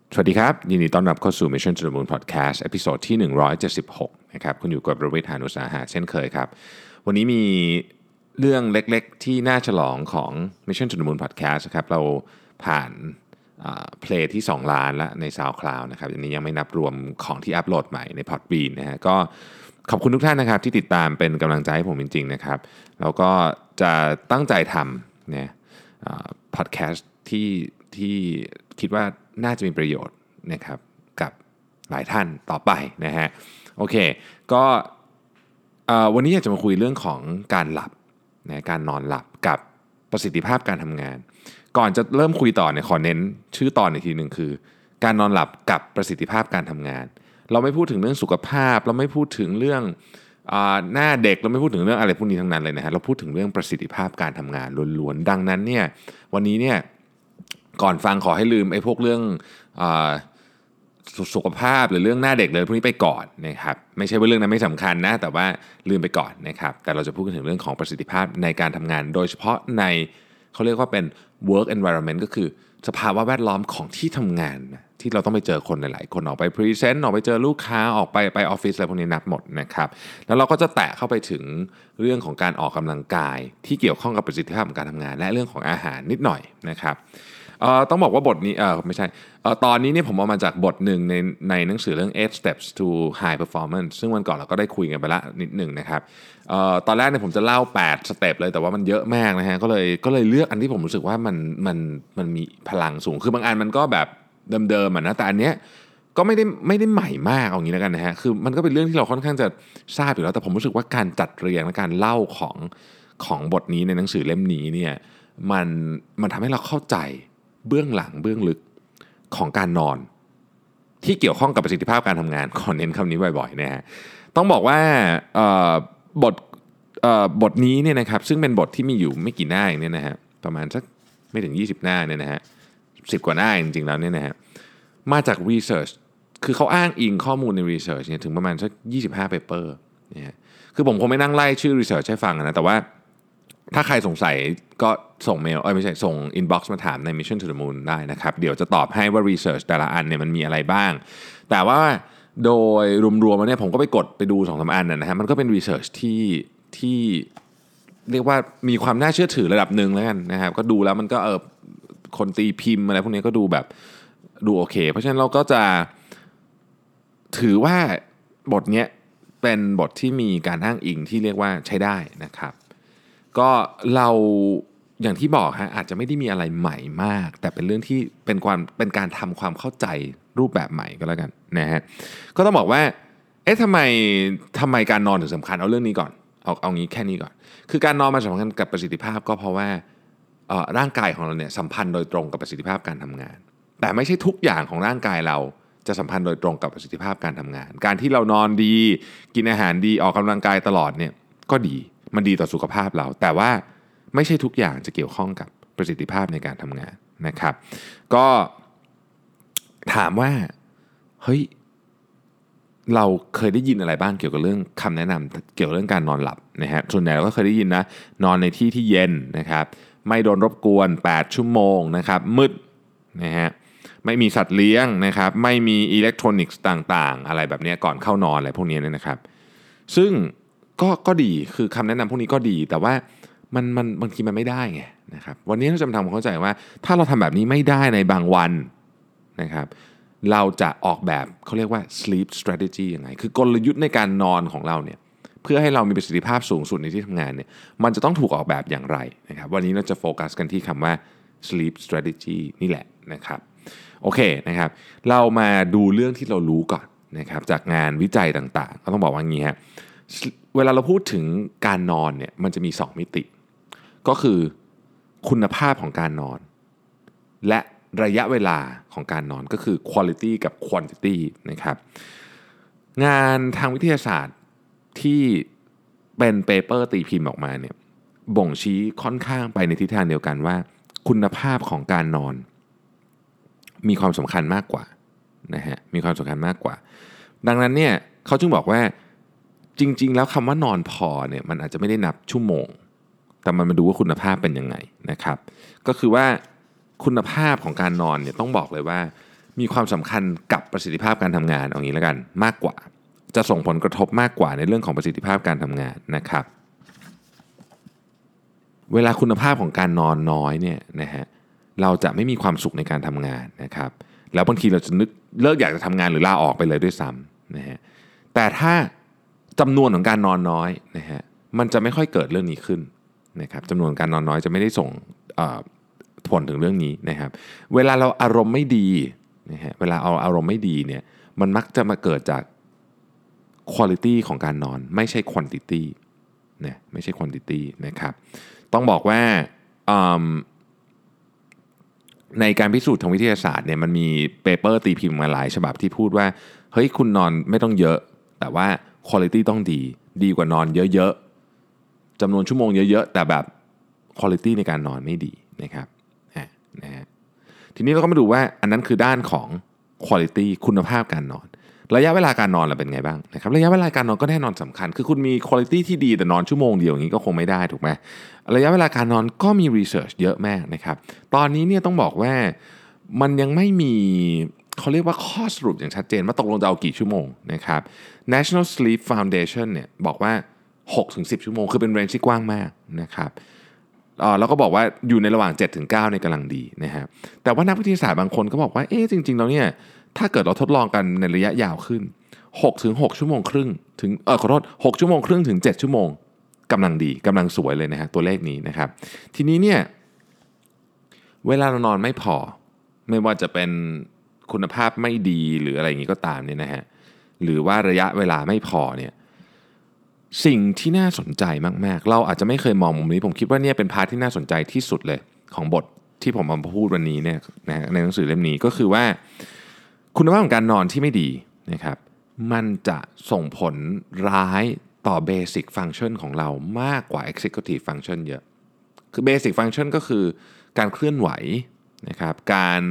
สวัสดีครับยินดีต้อนรับเข้าสู่ Mission to the Moon Podcast ตอนที่176นะครับคุณอยู่กับประวิทย์ หาญอุตสาหะเช่นเคยครับวันนี้มีเรื่องเล็กๆที่น่าฉลองของ Mission to the Moon Podcast ครับเราผ่านเพลย์ที่2ล้านแล้วใน SoundCloud นะครับอันนี้ยังไม่นับรวมของที่อัปโหลดใหม่ใน Podbean นะฮะก็ขอบคุณทุกท่านนะครับที่ติดตามเป็นกำลังใจให้ผมจริงๆนะครับแล้วก็จะตั้งใจทำเนี่ยพอดแคสต์ที่คิดว่าน่าจะมีประโยชน์นะครับกับหลายท่านต่อไปนะฮะโอเคก็วันนี้อยากจะมาคุยเรื่องของการหลับนะการนอนหลับกับประสิทธิภาพการทำงานก่อนจะเริ่มคุยต่อเนี่ยขอเน้นชื่อตอนอีกทีหนึ่งคือการนอนหลับกับประสิทธิภาพการทำงานเราไม่พูดถึงเรื่องสุขภาพเราไม่พูดถึงเรื่องหน้าเด็กเราไม่พูดถึงเรื่องอะไรพวกนี้ทั้งนั้นเลยนะฮะเราพูดถึงเรื่องประสิทธิภาพการทำงานล้วนๆดังนั้นเนี่ยวันนี้เนี่ยก่อนฟังขอให้ลืมไอ้พวกเรื่องสุขภาพหรือเรื่องหน้าเด็กเลยพวกนี้ไปก่อนนะครับไม่ใช่ว่าเรื่องนั้นไม่สำคัญนะแต่ว่าลืมไปก่อนนะครับแต่เราจะพูดกันถึงเรื่องของประสิทธิภาพในการทำงานโดยเฉพาะในเขาเรียกว่าเป็น work environment ก็คือสภาวะแวดล้อมของที่ทำงานที่เราต้องไปเจอคนหลายๆคนออกไปพรีเซนต์ออกไปเจอลูกค้าออกไปออฟฟิศอะไรพวกนี้นับหมดนะครับแล้วเราก็จะแตะเข้าไปถึงเรื่องของการออกกำลังกายที่เกี่ยวข้องกับประสิทธิภาพของการทำงานและเรื่องของอาหารนิดหน่อยนะครับต้องบอกว่าบทนี้ไม่ใช่ตอนนี้เนี่ยผมเอามาจากบทหนึ่งในหนังสือเรื่อง 8 Steps to High Performance ซึ่งวันก่อนเราก็ได้คุยกันไปละนิดหนึ่งนะครับตอนแรกเนี่ยผมจะเล่า8สเต็ปเลยแต่ว่ามันเยอะมากนะฮะก็เลยเลือกอันที่ผมรู้สึกว่ามันมีพลังสูงคือบางอันมันก็แบบเดิมๆนะแต่อันเนี้ยก็ไม่ได้ใหม่มากเอางี้แล้วกันนะฮะคือมันก็เป็นเรื่องที่เราค่อนข้างจะทราบอยู่แล้วแต่ผมรู้สึกว่าการจัดเรียงและการเล่าของบทนี้ในหนังสือเล่มนี้เนี่ยมันทำให้เราเข้าใจเบื้องหลังเบื้องลึกของการนอนที่เกี่ยวข้องกับประสิทธิภาพการทำงานขอเน้นคำนี้บ่อยๆนะฮะต้องบอกว่าบทบทนี้เนี่ยนะครับซึ่งเป็นบทที่มีอยู่ไม่กี่หน้าเองเนี่ยนะฮะประมาณสักไม่ถึง20หน้าเนี่ยนะฮะ10กว่าหน้าจริงๆแล้วเนี่ยนะฮะมาจาก research คือเขาอ้างอิงข้อมูลใน research เนี่ยถึงประมาณสัก25 paper นะฮะคือผมคงไม่นั่งไล่ชื่อ research ให้ฟังนะแต่ว่าถ้าใครสงสัยก็ส่งเมลไม่ใช่ส่ง inbox มาถามใน Mission to the Moon ได้นะครับเดี๋ยวจะตอบให้ว่า research แต่ละอันเนี่ยมันมีอะไรบ้างแต่ว่าโดยรวมๆแล้วเนี่ยผมก็ไปกดไปดู 2-3 อันนะฮะมันก็เป็น research ที่เรียกว่ามีความน่าเชื่อถือระดับหนึ่งแล้วกันนะครับก็ดูแล้วมันก็คนตีพิมพ์อะไรพวกนี้ก็ดูแบบดูโอเคเพราะฉะนั้นเราก็จะถือว่าบทนี้เป็นบทที่มีการอ้างอิงที่เรียกว่าใช้ได้นะครับก็เราอย่างที่บอกฮะอาจจะไม่ได้มีอะไรใหม่มากแต่เป็นเรื่องที่เป็นการทำความเข้าใจรูปแบบใหม่ก็แล้วกันนะฮะก็ต้องบอกว่าทำไมการนอนถึงสำคัญเอาเรื่องนี้ก่อนเอางี้แค่นี้ก่อนคือการนอนมันสำคัญกับประสิทธิภาพก็เพราะว่าร่างกายของเราเนี่ยสัมพันธ์โดยตรงกับประสิทธิภาพการทำงานแต่ไม่ใช่ทุกอย่างของร่างกายเราจะสัมพันธ์โดยตรงกับประสิทธิภาพการทำงานการที่เรานอนดีกินอาหารดีออกกำลังกายตลอดเนี่ยก็ดีมันดีต่อสุขภาพเราแต่ว่าไม่ใช่ทุกอย่างจะเกี่ยวข้องกับประสิทธิภาพในการทำงานนะครับก็ถามว่าเฮ้ยเราเคยได้ยินอะไรบ้างเกี่ยวกับเรื่องคำแนะนำเกี่ยวกับเรื่องการนอนหลับนะฮะส่วนใหญ่เราก็เคยได้ยินนะนอนในที่ที่เย็นนะครับไม่โดนรบกวน8ชั่วโมงนะครับมืดนะฮะไม่มีสัตว์เลี้ยงนะครับไม่มีอิเล็กทรอนิกส์ต่างๆอะไรแบบนี้ก่อนเข้านอนอะไรพวกนี้นะครับซึ่งก็ดีคือคำแนะนำพวกนี้ก็ดีแต่ว่ามันบางทีมันไม่ได้ไงนะครับวันนี้เราจะมาทำความเข้าใจว่าถ้าเราทำแบบนี้ไม่ได้ในบางวันนะครับเราจะออกแบบเขาเรียกว่า sleep strategy ยังไงคือกลยุทธ์ในการนอนของเราเนี่ยเพื่อให้เรามีประสิทธิภาพสูงสุดในที่ทำงานเนี่ยมันจะต้องถูกออกแบบอย่างไรนะครับวันนี้เราจะโฟกัสกันที่คำว่า sleep strategy นี่แหละนะครับโอเคนะครับเรามาดูเรื่องที่เรารู้ก่อนนะครับจากงานวิจัยต่างๆก็ต้องบอกว่างี้ฮะเวลาเราพูดถึงการนอนเนี่ยมันจะมี2มิติก็คือคุณภาพของการนอนและระยะเวลาของการนอนก็คือ quality กับ quantity นะครับงานทางวิทยาศาสตร์ที่เป็นเปเปอร์ตีพิมพ์ออกมาเนี่ยบ่งชี้ค่อนข้างไปในทิศทางเดียวกันว่าคุณภาพของการนอนมีความสำคัญมากกว่านะฮะมีความสำคัญมากกว่าดังนั้นเนี่ยเขาจึงบอกว่าจริงๆแล้วคำว่านอนพอเนี่ยมันอาจจะไม่ได้นับชั่วโมงแต่มันมาดูว่าคุณภาพเป็นยังไงนะครับก็คือว่าคุณภาพของการนอนเนี่ยต้องบอกเลยว่ามีความสำคัญกับประสิทธิภาพการทำงานเอางี้แล้วกันมากกว่าจะส่งผลกระทบมากกว่าในเรื่องของประสิทธิภาพการทำงานนะครับเวลาคุณภาพของการนอนน้อยเนี่ยนะฮะเราจะไม่มีความสุขในการทำงานนะครับแล้วบางทีเราจะนึกเลิกอยากจะทำงานหรือลาออกไปเลยด้วยซ้ำนะฮะแต่ถ้าจำนวนของการนอนน้อยนะฮะมันจะไม่ค่อยเกิดเรื่องนี้ขึ้นนะครับจำนวนการนอนน้อยจะไม่ได้ส่งผลถึงเรื่องนี้นะครับเวลาเราอารมณ์ไม่ดีนะฮะเวลาเอาอารมณ์ไม่ดีเนี่ยมันมักจะมาเกิดจาก quality ของการนอนไม่ใช่ quantity นะไม่ใช่ quantity นะครับต้องบอกว่าในการพิสูจน์ทางวิทยาศาสตร์เนี่ยมันมีเปเปอร์ตีพิมพ์มาหลายฉบับที่พูดว่าเฮ้ยคุณนอนไม่ต้องเยอะแต่ว่า quality ต้องดีกว่านอนเยอะๆจำนวนชั่วโมงเยอะๆแต่แบบ quality ในการนอนไม่ดีนะครับนะฮะทีนี้เราก็มาดูว่าอันนั้นคือด้านของ quality คุณภาพการนอนระยะเวลาการนอนเราเป็นไงบ้างนะครับระยะเวลาการนอนก็แน่นอนสำคัญคือคุณมี quality ที่ดีแต่นอนชั่วโมงเดียวอย่างนี้ก็คงไม่ได้ถูกไหมระยะเวลาการนอนก็มี research เยอะมากนะครับตอนนี้เนี่ยต้องบอกว่ามันยังไม่มีเขาเรียกว่าข้อสรุปอย่างชัดเจนว่าตกลงจะเอากี่ชั่วโมงนะครับ National Sleep Foundation เนี่ยบอกว่า 6-10 ชั่วโมงคือเป็นเรนจ์ที่กว้างมากนะครับแล้วก็บอกว่าอยู่ในระหว่าง 7-9 ในกำลังดีนะฮะแต่ว่านักวิทยาศาสตร์บางคนก็บอกว่าจริงๆแล้วเนี่ยถ้าเกิดเราทดลองกันในระยะยาวขึ้น 6 ชั่วโมงครึ่งถึงขอโทษ6 ชั่วโมงครึ่งถึง 7 ชั่วโมงกำลังดีกำลังสวยเลยนะฮะตัวเลขนี้นะครับทีนี้เนี่ยเวลาเรานอนไม่พอไม่ว่าจะเป็นคุณภาพไม่ดีหรืออะไรอย่างนี้ก็ตามเนี่ยนะฮะหรือว่าระยะเวลาไม่พอเนี่ยสิ่งที่น่าสนใจมากๆเราอาจจะไม่เคยมองมุมนี้ผมคิดว่าเนี่ยเป็นพาร์ทที่น่าสนใจที่สุดเลยของบทที่ผมมาพูดวันนี้เนี่ยนะในหนังสือเล่มนี้ก็คือว่าคุณภาพของการนอนที่ไม่ดีนะครับมันจะส่งผลร้ายต่อ Basic Function ของเรามากกว่า Executive Function เยอะคือ Basic Function ก็คือการเคลื่อนไหวนะครับการ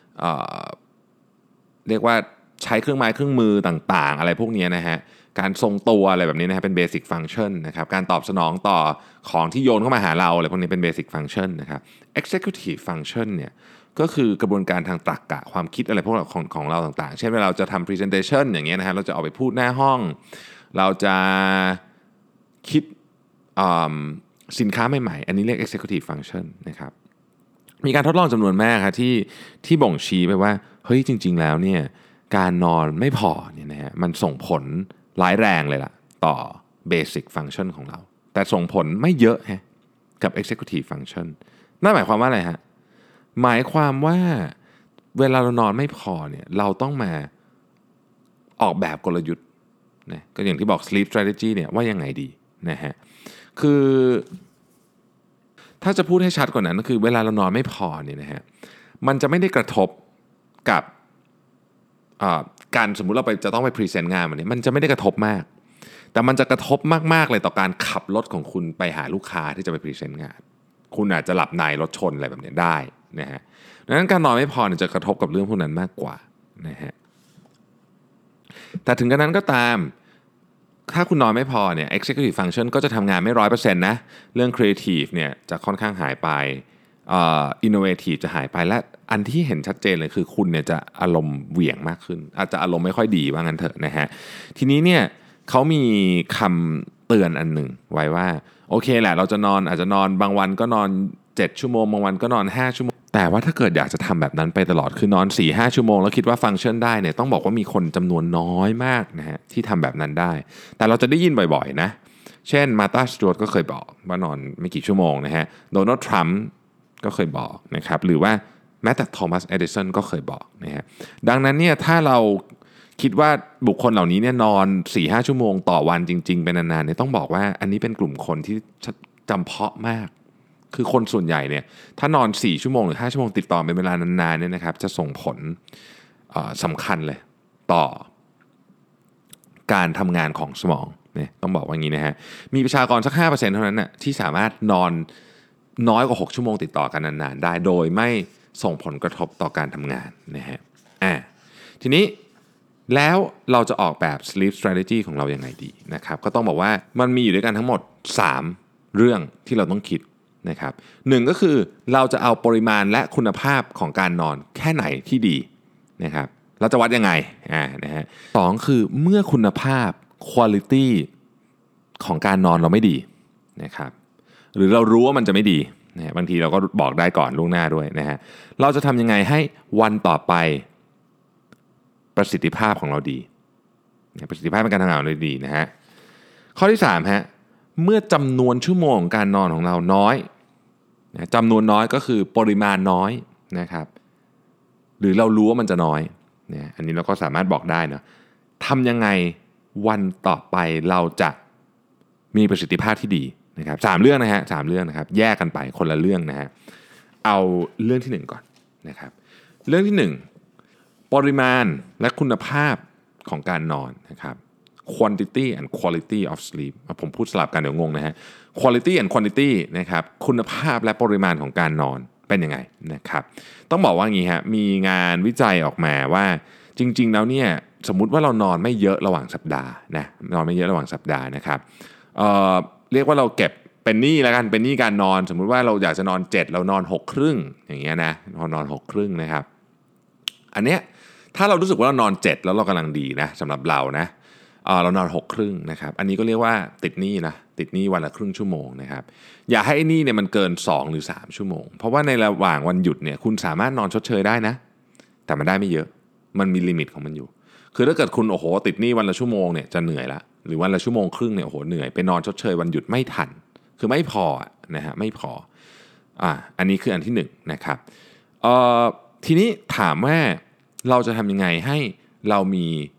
เรียกว่าใช้เครื่องไม้เครื่องมือต่างๆอะไรพวกนี้นะฮะการทรงตัวอะไรแบบนี้นะฮะเป็น Basic Function นะครับการตอบสนองต่อของที่โยนเข้ามาหาเราอะไรพวกนี้เป็น Basic Function นะครับ Executive Function เนี่ยก็คือกระบวนการทางตรรกะความคิดอะไรพวกของเราต่างๆเช่นเวลาเราจะทำ Presentation อย่างเงี้ยนะฮะเราจะออกไปพูดหน้าห้องเราจะคิดสินค้าใหม่ๆอันนี้เรียก Executive Function นะครับมีการทดลองจำนวนมากครับที่บ่งชี้ไปว่าเฮ้ยจริงๆแล้วเนี่ยการนอนไม่พอเนี่ยนะฮะมันส่งผลร้ายแรงเลยล่ะต่อ Basic Function ของเราแต่ส่งผลไม่เยอะฮะกับ Executive Function นั่นหมายความว่าอะไรฮะหมายความว่าเวลาเรานอนไม่พอเนี่ยเราต้องมาออกแบบกลยุทธ์นะก็อย่างที่บอก sleep strategy เนี่ยว่ายังไงดีนะฮะคือถ้าจะพูดให้ชัดกว่านั้นก็คือเวลาเรานอนไม่พอเนี่ยนะฮะมันจะไม่ได้กระทบกับการสมมุติเราจะต้องไปพรีเซนต์งานมันจะไม่ได้กระทบมากแต่มันจะกระทบมากๆเลยต่อการขับรถของคุณไปหาลูกค้าที่จะไปพรีเซนต์งานคุณอาจจะหลับในรถชนอะไรแบบนี้ได้นะฮะดังนั้นการนอนไม่พอเนี่ยจะกระทบกับเรื่องพวกนั้นมากกว่านะฮะแต่ถึงกระนั้นก็ตามถ้าคุณนอนไม่พอเนี่ย executive function ก็จะทำงานไม่ 100% นะเรื่อง creative เนี่ยจะค่อนข้างหายไปinnovative จะหายไปและอันที่เห็นชัดเจนเลยคือคุณเนี่ยจะอารมณ์เหวี่ยงมากขึ้นอาจจะอารมณ์ไม่ค่อยดีว่างั้นเถอะนะฮะทีนี้เนี่ยเขามีคำเตือนอันหนึ่งไว้ว่าโอเคแหละเราจะนอนอาจจะนอนบางวันก็นอน7 ชั่วโมงบางวันก็นอน5 ชั่วโมงแต่ว่าถ้าเกิดอยากจะทำแบบนั้นไปตลอดคือนอน 4-5 ชั่วโมงแล้วคิดว่าฟังก์ชันได้เนี่ยต้องบอกว่ามีคนจำนวนน้อยมากนะฮะที่ทำแบบนั้นได้แต่เราจะได้ยินบ่อยๆนะเช่นมาร์ตา สจ๊วตก็เคยบอกว่านอนไม่กี่ชั่วโมงนะฮะโดนัลด์ ทรัมป์ก็เคยบอกนะครับหรือว่าแม้แต่โทมัส เอดิสันก็เคยบอกนะฮะดังนั้นเนี่ยถ้าเราคิดว่าบุคคลเหล่านี้เนี่ยนอน 4-5 ชั่วโมงต่อวันจริงๆเป็นนานๆเนี่ยต้องบอกว่าอันนี้เป็นกลุ่มคนที่จำเพาะมากคือคนส่วนใหญ่เนี่ยถ้านอน4 ชั่วโมงหรือ5 ชั่วโมงติดต่อเป็นเวลานานๆเนี่ยนะครับจะส่งผลสำคัญเลยต่อการทำงานของสมองเนี่ยต้องบอกว่าอย่างนี้นะฮะมีประชากรสัก 5% เท่านั้นน่ะที่สามารถนอนน้อยกว่า6 ชั่วโมงติดต่อกันนานๆได้โดยไม่ส่งผลกระทบต่อการทำงานนะฮะทีนี้แล้วเราจะออกแบบ sleep strategy ของเรายังไงดีนะครับก็ต้องบอกว่ามันมีอยู่ด้วยกันทั้งหมด3เรื่องที่เราต้องคิดนะครับ1ก็คือเราจะเอาปริมาณและคุณภาพของการนอนแค่ไหนที่ดีนะครับเราจะวัดยังไงนะฮะสองคือเมื่อคุณภาพ quality ของการนอนเราไม่ดีนะครับหรือเรารู้ว่ามันจะไม่ดีนะบางทีเราก็บอกได้ก่อนล่วงหน้าด้วยนะฮะเราจะทำยังไงให้วันต่อไปประสิทธิภาพของเราดีประสิทธิภาพในการทำงานของเราดีนะฮะข้อที่3ฮะเมื่อจำนวนชั่วโมงการนอนของเราน้อยนะจำนวนน้อยก็คือปริมาณน้อยนะครับหรือเรารู้ว่ามันจะน้อยเนี่ยอันนี้เราก็สามารถบอกได้นะทำยังไงวันต่อไปเราจะมีประสิทธิภาพที่ดีนะครับ3เรื่องนะฮะ3เรื่องนะครับแยกกันไปคนละเรื่องนะฮะเอาเรื่องที่1ก่อนนะครับเรื่องที่1ปริมาณและคุณภาพของการนอนนะครับ quantity and quality of sleep ผมพูดสลับกันเดี๋ยวงงนะฮะ quality and quantity นะครับคุณภาพและปริมาณของการนอนเป็นยังไงนะครับต้องบอกว่างี้ฮะมีงานวิจัยออกมาว่าจริงๆแล้วเนี่ยสมมุติว่าเรานอนไม่เยอะระหว่างสัปดาห์นะนอนไม่เยอะระหว่างสัปดาห์นะครับเรียกว่าเราเก็บเป็นหนี้แล้วกันเป็นหนี้การนอนสมมุติว่าเราอยากจะนอน7เรานอน6ครึ่งอย่างเงี้ยนะเรานอน6ครึ่งนะครับอันเนี้ยถ้าเรารู้สึกว่าเรานอน7แล้วเรากำลังดีนะสำหรับเรานะเรานอน6ครึ่งนะครับอันนี้ก็เรียกว่าติดหนี้นะติดหนี้วันละครึ่งชั่วโมงนะครับอย่าให้หนี้เนี่ยมันเกิน2หรือ3ชั่วโมงเพราะว่าในระหว่างวันหยุดเนี่ยคุณสามารถนอนชดเชยได้นะแต่มันได้ไม่เยอะมันมีลิมิตของมันอยู่คือถ้าเกิดคุณโอ้โหติดหนี้วันละชั่วโมงเนี่ยจะเหนื่อยละหรือวันละชั่วโมงครึ่งเนี่ยโอ้โหเหนื่อยไปนอนชดเชยวันหยุดไม่ทันคือไม่พอนะฮะไม่พออันนี้คืออันที่1นะครับทีนี้ถามว่าเราจะทำยังไงให้เรามี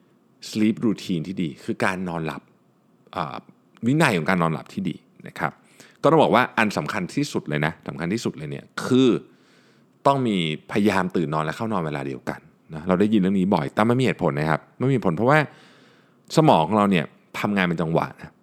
sleep routine ที่ดีคือการนอนหลับวินัยของการนอนหลับที่ดีนะครับก็ต้องบอกว่าอันสำคัญที่สุดเลยนะสำคัญที่สุดเลยเนี่ยคือต้องมีพยายามตื่นนอนและเข้านอนเวลาเดียวกันนะเราได้ยินเรื่องนี้บ่อยแต่ไม่มีเหตุผลนะครับไม่มีผลเพราะว่าสมองของเราเนี่ยทำงานเป็นจังหวะนะ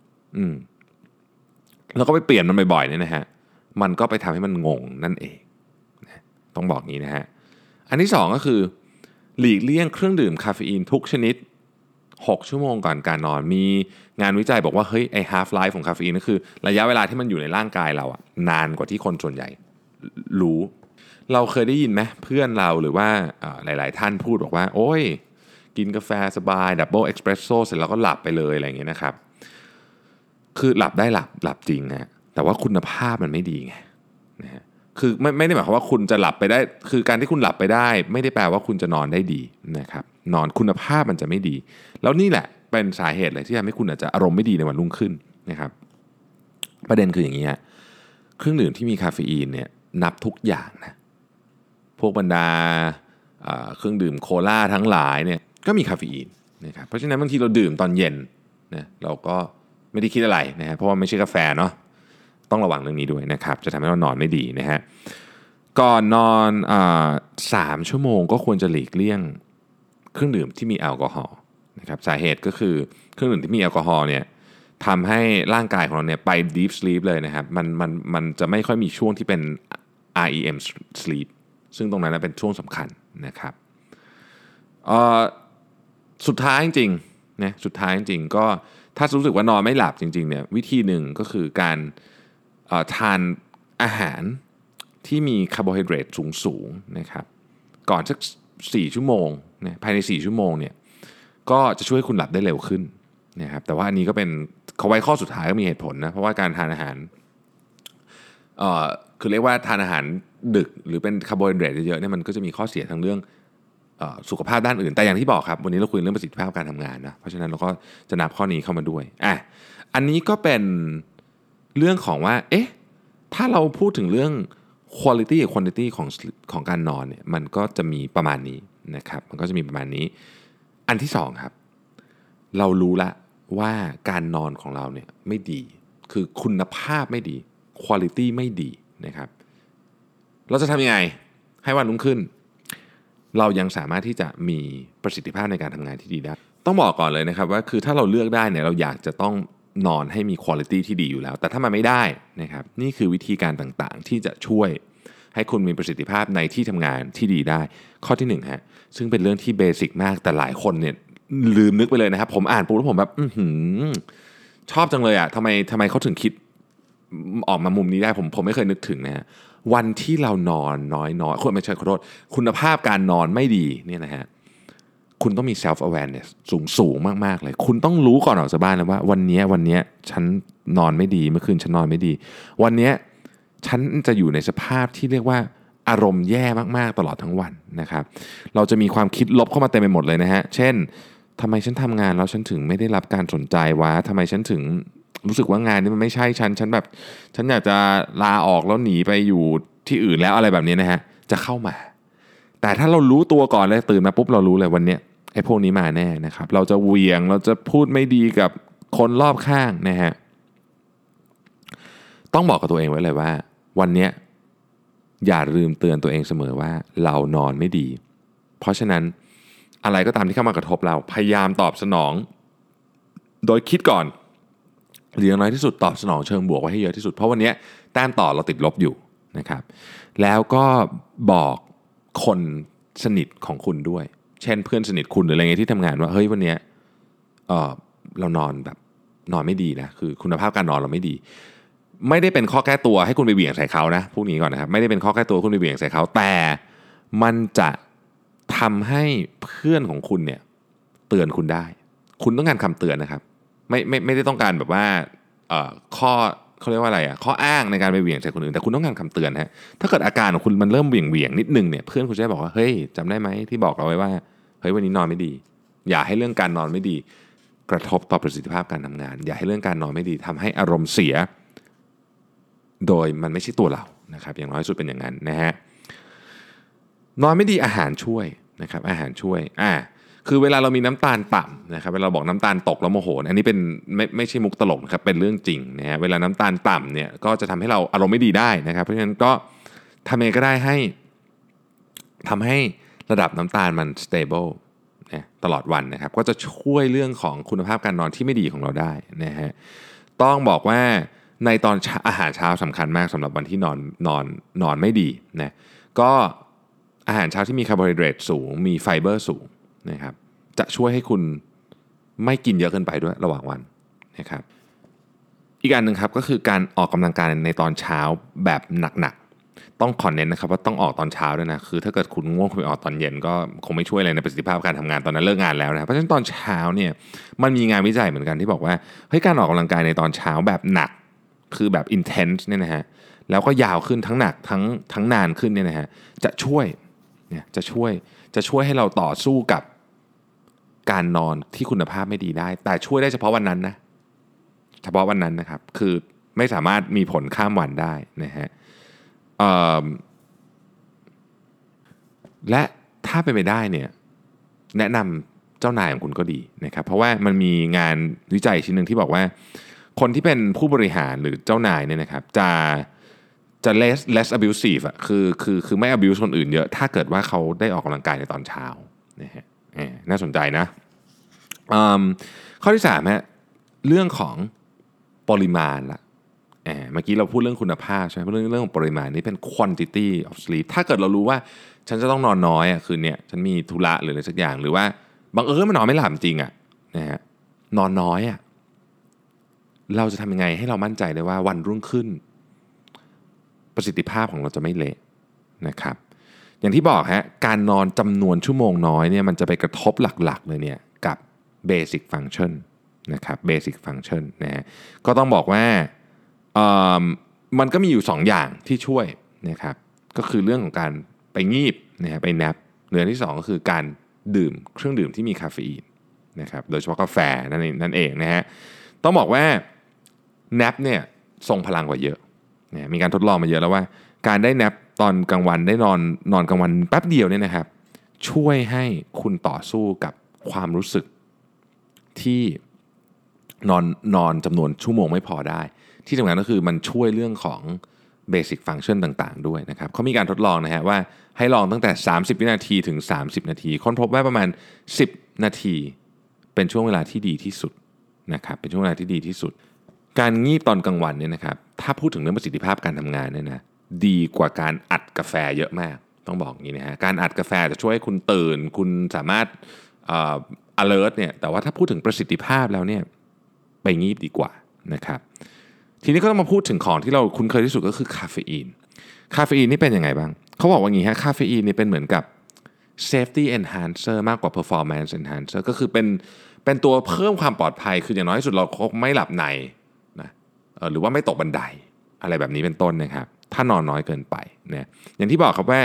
แล้วก็ไปเปลี่ยนมันบ่อยๆเนี่ยนะฮะมันก็ไปทำให้มันงงนั่นเองนะต้องบอกงี้นะฮะอันที่2ก็คือหลีกเลี่ยงเครื่องดื่มคาเฟอีนทุกชนิด6ชั่วโมงก่อนการนอนมีงานวิจัยบอกว่าเฮ้ยไอ้ half life ของคาเฟอีนก็คือระยะเวลาที่มันอยู่ในร่างกายเราอะนานกว่าที่คนส่วนใหญ่รู้เราเคยได้ยินไหมเพื่อนเราหรือว่าหลายๆท่านพูดบอกว่าโอ้ยกินกาแฟสบายดับเบิลเอ็กซ์เพรสโซ่เสร็จแล้วก็หลับไปเลยอะไรอย่างเงี้ยนะครับคือหลับได้หลับจริงนะแต่ว่าคุณภาพมันไม่ดีไงนะฮะคือไม่ได้หมายความว่าคุณจะหลับไปได้คือการที่คุณหลับไปได้ไม่ได้แปลว่าคุณจะนอนได้ดีนะครับนอนคุณภาพมันจะไม่ดีแล้วนี่แหละเป็นสาเหตุเลยที่ทำให้คุณอาจจะอารมณ์ไม่ดีในวันรุ่งขึ้นนะครับประเด็นคืออย่างนี้ฮะเครื่องดื่มที่มีคาเฟอีนเนี่ยนับทุกอย่างนะพวกบรรดาเครื่องดื่มโคลาทั้งหลายเนี่ยก็มีคาเฟอีนนะครับเพราะฉะนั้นบางทีเราดื่มตอนเย็นนะเราก็ไม่ได้คิดอะไรนะฮะเพราะว่าไม่ใช่กาแฟเนาะต้องระวังเรื่องนี้ด้วยนะครับจะทำให้เรานอนไม่ดีนะฮะก่อนนอน3 ชั่วโมงก็ควรจะหลีกเลี่ยงเครื่องดื่มที่มีแอลกอฮอล์นะครับสาเหตุก็คือเครื่องดื่มที่มีแอลกอฮอล์เนี่ยทำให้ร่างกายของเราเนี่ยไป deep sleep เลยนะครับมันจะไม่ค่อยมีช่วงที่เป็น REM sleep ซึ่งตรงนั้นเป็นช่วงสำคัญนะครับสุดท้ายจริงๆนะสุดท้ายจริงๆก็ถ้ารู้สึกว่านอนไม่หลับจริงๆเนี่ยวิธีหนึ่งก็คือการทานอาหารที่มีคาร์โบไฮเดรตสูงๆนะครับก่อนสัก4 ชั่วโมงนะภายใน4 ชั่วโมงเนี่ยก็จะช่วยคุณหลับได้เร็วขึ้นนะครับแต่ว่าอันนี้ก็เป็นเขาไว้ข้อสุดท้ายก็มีเหตุผลนะเพราะว่าการทานอาหารคือเรียกว่าทานอาหารดึกหรือเป็นคาร์โบไฮเดรตเยอะๆเนี่ยมันก็จะมีข้อเสียทั้งเรื่องสุขภาพด้านอื่นแต่อย่างที่บอกครับวันนี้เราคุยเรื่องประสิทธิภาพการทำงานนะเพราะฉะนั้นเราก็จะนับข้อนี้เข้ามาด้วยอันนี้ก็เป็นเรื่องของว่าเอ๊ะถ้าเราพูดถึงเรื่อง quality กับ quantity ของการนอนเนี่ยมันก็จะมีประมาณนี้นะครับมันก็จะมีประมาณนี้อันที่2ครับเรารู้ละว่าการนอนของเราเนี่ยไม่ดีคือคุณภาพไม่ดี quality ไม่ดีนะครับเราจะทำยังไงให้วันรุ่งขึ้นเรายังสามารถที่จะมีประสิทธิภาพในการทำงานที่ดีได้ต้องบอกก่อนเลยนะครับว่าคือถ้าเราเลือกได้เนี่ยเราอยากจะต้องนอนให้มีคุณภาพที่ดีอยู่แล้วแต่ถ้ามันไม่ได้นะครับนี่คือวิธีการต่างๆที่จะช่วยให้คุณมีประสิทธิภาพในที่ทำงานที่ดีได้ข้อที่1ฮะซึ่งเป็นเรื่องที่เบสิกมากแต่หลายคนเนี่ยลืมนึกไปเลยนะครับผมอ่านปุ๊บแล้วผมแบบชอบจังเลยอ่ะทำไมเขาถึงคิดออกมามุมนี้ได้ผมไม่เคยนึกถึงนะฮะวันที่เรานอนน้อยๆไม่ใช่ขอโทษคุณภาพการนอนไม่ดีเนี่ยนะฮะคุณต้องมี self awareness สูงมากๆเลยคุณต้องรู้ก่อนออกจากบ้านเลยว่าวันนี้ฉันนอนไม่ดีเมื่อคืนฉันนอนไม่ดีวันนี้ฉันจะอยู่ในสภาพที่เรียกว่าอารมณ์แย่มากๆตลอดทั้งวันนะครับเราจะมีความคิดลบเข้ามาเต็มไปหมดเลยนะฮะเช่นทำไมฉันทำงานแล้วฉันถึงไม่ได้รับการสนใจวะทำไมฉันถึงรู้สึกว่างานนี้มันไม่ใช่ฉันแบบฉันอยากจะลาออกแล้วหนีไปอยู่ที่อื่นแล้วอะไรแบบนี้นะฮะจะเข้ามาแต่ถ้าเรารู้ตัวก่อนเลยตื่นมาปุ๊บเรารู้เลยวันนี้ไอ้พวกนี้มาแน่นะครับเราจะเหวี่ยงเราจะพูดไม่ดีกับคนรอบข้างนะฮะต้องบอกกับตัวเองไว้เลยว่าวันนี้อย่าลืมเตือนตัวเองเสมอว่าเรานอนไม่ดีเพราะฉะนั้นอะไรก็ตามที่เข้ามากระทบเราพยายามตอบสนองโดยคิดก่อนหรืออย่างน้อยที่สุดตอบสนองเชิงบวกไว้ให้เยอะที่สุดเพราะวันนี้แต้มต่อเราติดลบอยู่นะครับแล้วก็บอกคนสนิทของคุณด้วยเช่นเพื่อนสนิทคุณหรืออะไรเงี้ยที่ทำงานว่าเฮ้ยวันนี้เรานอนแบบนอนไม่ดีนะคือคุณภาพการนอนเราไม่ดีไม่ได้เป็นข้อแก้ตัวให้คุณไปเหวี่ยงใส่เขานะพวกนี้ก่อนนะครับไม่ได้เป็นข้อแก้ตัวคุณไปเหวี่ยงใส่เขาแต่มันจะทำให้เพื่อนของคุณเนี่ยเตือนคุณได้คุณต้องการคำเตือนนะครับไม่ได้ต้องการแบบว่าข้อเขาเรียกว่าอะไรข้ออ้างในการไปเหวี่ยงใส่คนอื่นแต่คุณต้องการคำเตือนฮะถ้าเกิดอาการของคุณมันเริ่มเหวี่ยงนิดนึงเนี่ยเพื่อนคุณจะบอกว่าเฮ้ยจำได้ไหมที่บอกเราไว้ว่าเฮ้ยวันนี้นอนไม่ดีอย่าให้เรื่องการนอนไม่ดีกระทบต่อประสิทธิภาพการทำงานอย่าให้เรื่องการนอนไม่ดีทำให้อารมณ์เสียโดยมันไม่ใช่ตัวเรานะครับอย่างน้อยสุดเป็นอย่างนั้นนะฮะนอนไม่ดีอาหารช่วยนะครับอาหารช่วยคือเวลาเรามีน้ำตาลต่ำนะครับเวลาบอกน้ำตาลตกแล้วโมโหอันนี้เป็นไม่ใช่มุกตลกนะครับเป็นเรื่องจริงนะฮะเวลาน้ำตาลต่ำเนี่ยก็จะทำให้เราอารมณ์ไม่ดีได้นะครับเพราะฉะนั้นก็ทำเองก็ได้ให้ทำให้ระดับน้ำตาลมัน stable นะตลอดวันนะครับก็จะช่วยเรื่องของคุณภาพการนอนที่ไม่ดีของเราได้นะฮะต้องบอกว่าในตอนอาหารเช้าสำคัญมากสำหรับวันที่นอนไม่ดีนะก็อาหารเช้าที่มีคาร์โบไฮเดรตสูงมีไฟเบอร์สูงนะครับจะช่วยให้คุณไม่กินเยอะเกินไปด้วยระหว่างวันนะครับอีกอันหนึ่งครับก็คือการออกกำลังกายในตอนเช้าแบบหนักๆต้องขอเน้นนะครับว่าต้องออกตอนเช้าด้วยนะคือถ้าเกิดคุณง่วงคุณไปออกตอนเย็นก็คงไม่ช่วยอะไรในประสิทธิภาพการทำงานตอนนั้นเลิกงานแล้วนะเพราะฉะนั้นตอนเช้าเนี่ยมันมีงานวิจัยเหมือนกันที่บอกว่าเฮ้ยการออกกำลังกายในตอนเช้าแบบหนักคือแบบ intense เนี่ยนะฮะแล้วก็ยาวขึ้นทั้งหนักทั้งนานขึ้นเนี่ยนะฮะจะช่วยให้เราต่อสู้กับการนอนที่คุณภาพไม่ดีได้แต่ช่วยได้เฉพาะวันนั้นนะเฉพาะวันนั้นนะครับคือไม่สามารถมีผลข้ามวันได้นะฮะและถ้าเป็นไปได้เนี่ยแนะนำเจ้านายของคุณก็ดีนะครับเพราะว่ามันมีงานวิจัยชิ้นหนึ่งที่บอกว่าคนที่เป็นผู้บริหารหรือเจ้านายเนี่ยนะครับจะ less abusive อ่ะคือไม่ abuse คนอื่นเยอะถ้าเกิดว่าเขาได้ออกกำลังกายในตอนเช้านะฮะน่าสนใจนะข้อที่3ฮะเรื่องของปริมาณละเมื่อกี้เราพูดเรื่องคุณภาพใช่ไหมเรื่องของปริมาณนี่เป็น quantity of sleep ถ้าเกิดเรารู้ว่าฉันจะต้องนอนน้อยคืนนี้ฉันมีธุระหรืออะไรสักอย่างหรือว่าบังเอิญมันนอนไม่หลับจริงนะฮะนอนน้อยเราจะทำยังไงให้เรามั่นใจได้ว่าวันรุ่งขึ้นประสิทธิภาพของเราจะไม่เละนะครับอย่างที่บอกฮะการนอนจำนวนชั่วโมงน้อยเนี่ยมันจะไปกระทบหลักๆเลยเนี่ยกับ basic function นะครับ basic function นะฮะก็ต้องบอกว่ามันก็มีอยู่2อย่างที่ช่วยนะครับก็คือเรื่องของการไปงีบนะฮะไปแนปหรืออันที่2ก็คือการดื่มเครื่องดื่มที่มีคาเฟอีนนะครับโดยเฉพาะกาแฟนั่นเองนะฮะต้องบอกว่าแนปเนี่ยทรงพลังกว่าเยอะนะมีการทดลองมาเยอะแล้วว่าการได้แนปตอนกลางวันได้นอนกลางวันแป๊บเดียวเนี่ยนะครับช่วยให้คุณต่อสู้กับความรู้สึกที่นอนจำนวนชั่วโมงไม่พอได้ที่สำคัญก็คือมันช่วยเรื่องของ basic function ต่างๆด้วยนะครับเขามีการทดลองนะฮะว่าให้ลองตั้งแต่30วินาทีถึง30นาทีค้นพบว่าประมาณ10นาทีเป็นช่วงเวลาที่ดีที่สุดนะครับเป็นช่วงเวลาที่ดีที่สุดการงีบตอนกลางวันเนี่ยนะครับถ้าพูดถึงเรื่องประสิทธิภาพการทำงานเนี่ยนะดีกว่าการอัดกาแฟเยอะมากต้องบอกอย่างนี้นะฮะการอัดกาแฟจะช่วยให้คุณตื่นคุณสามารถalert เนี่ยแต่ว่าถ้าพูดถึงประสิทธิภาพแล้วเนี่ยไปงีบดีกว่านะครับทีนี้ก็ต้องมาพูดถึงของที่เราคุ้นเคยที่สุดก็คือคาเฟอีนนี่เป็นยังไงบ้างเขาบอกว่าอย่างนี้ฮะคาเฟอีนนี่เป็นเหมือนกับ safety enhancer มากกว่า performance enhancer ก็คือเป็นตัวเพิ่มความปลอดภัยคืออย่างน้อยที่สุดเราไม่หลับในนะหรือว่าไม่ตกบันไดอะไรแบบนี้เป็นต้นนะครับถ้านอนน้อยเกินไปเนี่ยอย่างที่บอกครับว่า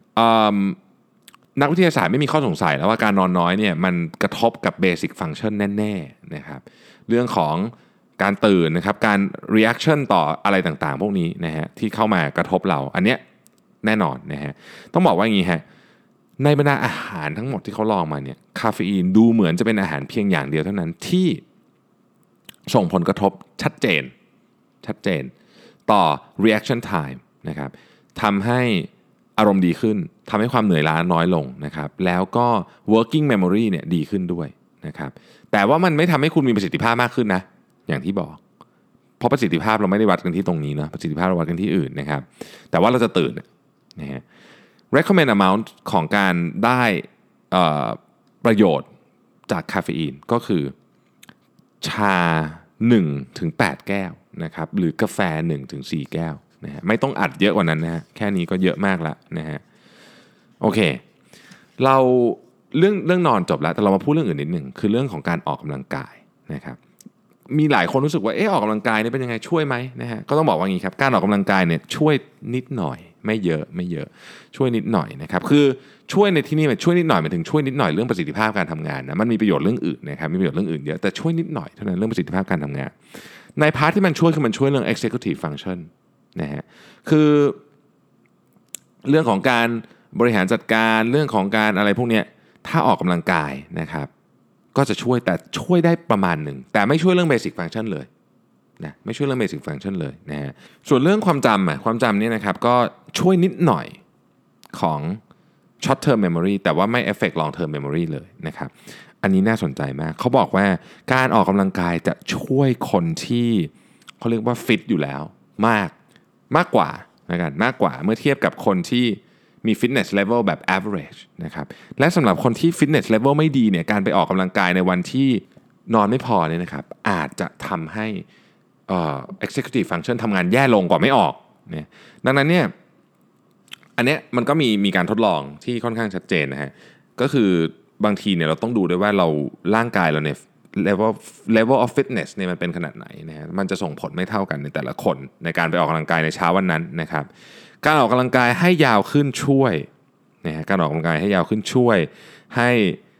นักวิทยาศาสตร์ไม่มีข้อสงสัยแล้วว่าการนอนน้อยเนี่ยมันกระทบกับ basic function แน่ๆนะครับเรื่องของการตื่นนะครับการ reaction ต่ออะไรต่างๆพวกนี้นะฮะที่เข้ามากระทบเราอันเนี้ยแน่นอนนะฮะต้องบอกว่าอย่างนี้ฮะในบรรดาอาหารทั้งหมดที่เขาลองมาเนี่ยคาเฟอีนดูเหมือนจะเป็นอาหารเพียงอย่างเดียวเท่านั้นที่ส่งผลกระทบชัดเจนต่อ reaction time นะครับทำให้อารมณ์ดีขึ้นทำให้ความเหนื่อยล้าน้อยลงนะครับแล้วก็ working memory เนี่ยดีขึ้นด้วยนะครับแต่ว่ามันไม่ทำให้คุณมีประสิทธิภาพมากขึ้นนะอย่างที่บอกเพราะประสิทธิภาพเราไม่ได้วัดกันที่ตรงนี้เนาะประสิทธิภาพเราวัดกันที่อื่นนะครับแต่ว่าเราจะตื่นนะฮะ recommend amount ของการได้ประโยชน์จากคาเฟอีนก็คือชา1-8 แก้วนะครับหรือกาแฟ1-4 แก้วนะฮะไม่ต้องอัดเยอะกว่านั้นนะฮะแค่นี้ก็เยอะมากแล้วนะฮะโอเคเราเรื่องนอนจบแล้วแต่เรามาพูดเรื่องอื่นนิดหนึ่งคือเรื่องของการออกกำลังกายนะครับมีหลายคนรู้สึกว่าออกกำลังกายนี่เป็นยังไงช่วยไหมนะฮะก็ต้องบอกว่างี้ครับการออกกำลังกายเนี่ยช่วยนิดหน่อยไม่เยอะช่วยนิดหน่อยนะครับคือช่วยในที่นี่มันช่วยนิดหน่อยหมายถึงช่วยนิดหน่อยเรื่องประสิทธิภาพการทำงานนะมันมีประโยชน์เรื่องอื่นนะครับมีประโยชน์เรื่องอื่นเยอะแต่ช่วยนิดหน่อยเท่านั้นเรื่องประสิทธิภาพการทำงานในพาร์ทที่มันช่วยคือมันช่วยเรื่อง executive function นะฮะคือเรื่องของการบริหารจัดการเรื่องของการอะไรพวกนี้ถ้าออกกำลังกายนะครับก็จะช่วยแต่ช่วยได้ประมาณหนึ่งแต่ไม่ช่วยเรื่อง basic function เลยนะไม่ช่วยเรื่อง basic function เลยนะฮะส่วนเรื่องความจำเนี่ยนะครับก็ช่วยนิดหน่อยของ short term memory แต่ว่าไม่ affect long term memory เลยนะครับอันนี้น่าสนใจมากเขาบอกว่าการออกกำลังกายจะช่วยคนที่เขาเรียกว่าฟิตอยู่แล้วมากกว่านะครับมากกว่าเมื่อเทียบกับคนที่มี fitness level แบบ average นะครับและสำหรับคนที่ fitness level ไม่ดีเนี่ยการไปออกกำลังกายในวันที่นอนไม่พอเนี่ยนะครับอาจจะทำให้executive function ทำงานแย่ลงกว่าไม่ออกเนี่ยดังนั้นเนี่ยอันเนี้ยมันก็มีการทดลองที่ค่อนข้างชัดเจนนะฮะก็คือบางทีเนี่ยเราต้องดูด้วยว่าเราร่างกายเราเนี่ยlevel of fitness เนี่ยมันเป็นขนาดไหนนะฮะมันจะส่งผลไม่เท่ากันในแต่ละคนในการไปออกกำลังกายในเช้าวันนั้นนะครับการออกกำลังกายให้ยาวขึ้นช่วยนะฮะการออกกำลังกายให้ยาวขึ้นช่วยให้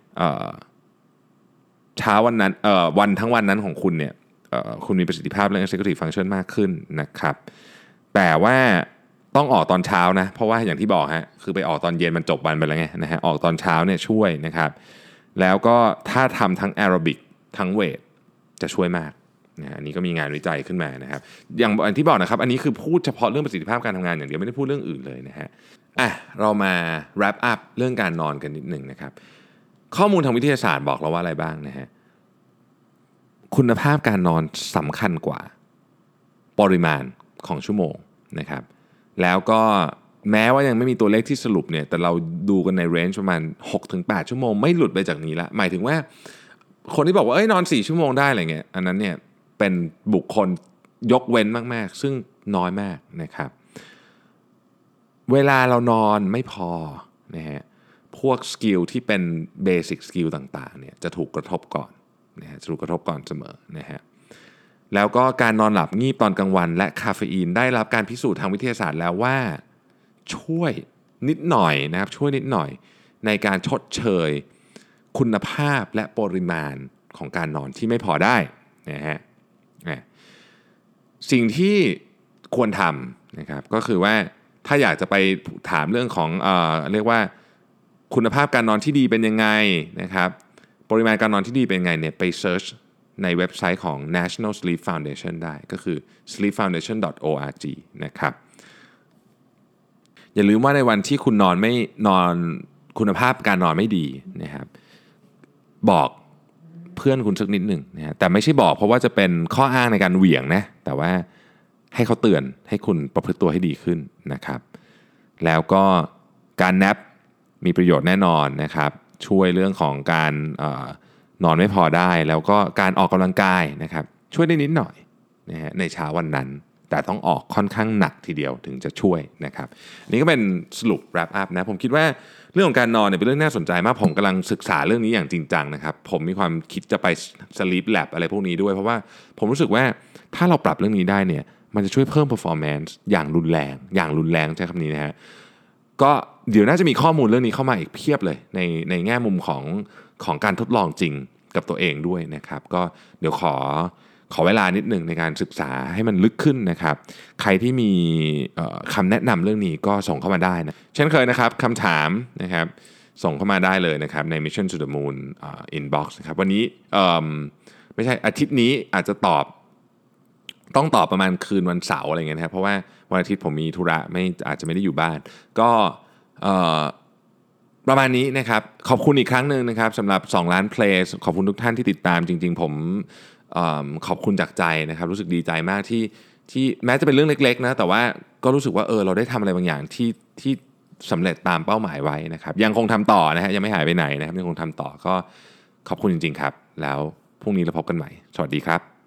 เช้าวันนั้นวันทั้งวันนั้นของคุณเนี่ยคุณมีประสิทธิภาพเรื่อง executive function มากขึ้นนะครับแต่ว่าต้องออกตอนเช้านะเพราะว่าอย่างที่บอกฮะคือไปออกตอนเย็นมันจบวันไปแล้วไงนะฮะออกตอนเช้าเนี่ยช่วยนะครับแล้วก็ถ้าทำทั้งแอโรบิกทั้งเวทจะช่วยมากนะอันนี้ก็มีงานวิจัยขึ้นมานะครับอย่างที่บอกนะครับอันนี้คือพูดเฉพาะเรื่องประสิทธิภาพการทำงานอย่างเดียวไม่ได้พูดเรื่องอื่นเลยนะฮะเรามา wrap up เรื่องการนอนกันนิดหนึ่งนะครับข้อมูลทางวิทยาศาสตร์บอกเราว่าอะไรบ้างนะฮะคุณภาพการนอนสำคัญกว่าปริมาณของชั่วโมงนะครับแล้วก็แม้ว่ายังไม่มีตัวเลขที่สรุปเนี่ยแต่เราดูกันในเรนจ์ประมาณ 6-8 ชั่วโมงไม่หลุดไปจากนี้ละหมายถึงว่าคนที่บอกว่านอน4ชั่วโมงได้อะไรเงี้ยอันนั้นเนี่ยเป็นบุคคลยกเว้นมากๆซึ่งน้อยมากนะครับเวลาเรานอนไม่พอนะฮะพวกสกิลที่เป็นเบสิกสกิลต่างๆเนี่ยจะถูกกระทบก่อนนะฮะจะถูกกระทบก่อนเสมอนะฮะแล้วก็การนอนหลับงีบตอนกลางวันและคาเฟอีนได้รับการพิสูจน์ทางวิทยาศาสตร์แล้วว่าช่วยนิดหน่อยนะครับช่วยนิดหน่อยในการชดเชยคุณภาพและปริมาณของการนอนที่ไม่พอได้นะฮะสิ่งที่ควรทำนะครับก็คือว่าถ้าอยากจะไปถามเรื่องของเรียกว่าคุณภาพการนอนที่ดีเป็นยังไงนะครับปริมาณการนอนที่ดีเป็นยังไงเนี่ยไปเซิร์ชในเว็บไซต์ของ National Sleep Foundation ได้ก็คือ sleepfoundation.org นะครับอย่าลืมว่าในวันที่คุณนอนคุณภาพการนอนไม่ดีนะครับบอกเพื่อนคุณสักนิดหนึ่งนะฮะแต่ไม่ใช่บอกเพราะว่าจะเป็นข้ออ้างในการเหวี่ยงนะแต่ว่าให้เขาเตือนให้คุณประพฤติตัวให้ดีขึ้นนะครับแล้วก็การแนปมีประโยชน์แน่นอนนะครับช่วยเรื่องของการนอนไม่พอได้แล้วก็การออกกำลังกายนะครับช่วยได้นิดหน่อยนะฮะในเช้าวันนั้นแต่ต้องออกค่อนข้างหนักทีเดียวถึงจะช่วยนะครับนี่ก็เป็นสรุป wrap up นะผมคิดว่าเรื่องของการนอนเนี่ยเป็นเรื่องน่าสนใจมากผมกำลังศึกษาเรื่องนี้อย่างจริงจังนะครับผมมีความคิดจะไป sleep lab อะไรพวกนี้ด้วยเพราะว่าผมรู้สึกว่าถ้าเราปรับเรื่องนี้ได้เนี่ยมันจะช่วยเพิ่ม performance อย่างรุนแรงใช้คำนี้นะฮะก็เดี๋ยวน่าจะมีข้อมูลเรื่องนี้เข้ามาอีกเพียบเลยในแง่มุมของการทดลองจริงกับตัวเองด้วยนะครับก็เดี๋ยวขอเวลานิดหนึ่งในการศึกษาให้มันลึกขึ้นนะครับใครที่มีคำแนะนำเรื่องนี้ก็ส่งเข้ามาได้นะเช่นเคยนะครับคำถามนะครับส่งเข้ามาได้เลยนะครับใน Mission to the Moon inbox นะครับวันนี้ไม่ใช่อาทิตย์นี้อาจจะต้องตอบประมาณคืนวันเสาร์อะไรเงี้ยนะครับเพราะว่าวันอาทิตย์ผมมีธุระอาจจะไม่ได้อยู่บ้านก็ประมาณนี้นะครับขอบคุณอีกครั้งหนึ่งนะครับสำหรับ2ล้านเพลย์ขอบคุณทุกท่านที่ติดตามจริงๆผมขอบคุณจากใจนะครับรู้สึกดีใจมากที่แม้จะเป็นเรื่องเล็กๆนะแต่ว่าก็รู้สึกว่าเราได้ทำอะไรบางอย่างที่สำเร็จตามเป้าหมายไว้นะครับยังคงทำต่อนะฮะยังไม่หายไปไหนนะครับยังคงทำต่อก็ขอบคุณจริงๆครับแล้วพรุ่งนี้เราพบกันใหม่สวัสดีครับ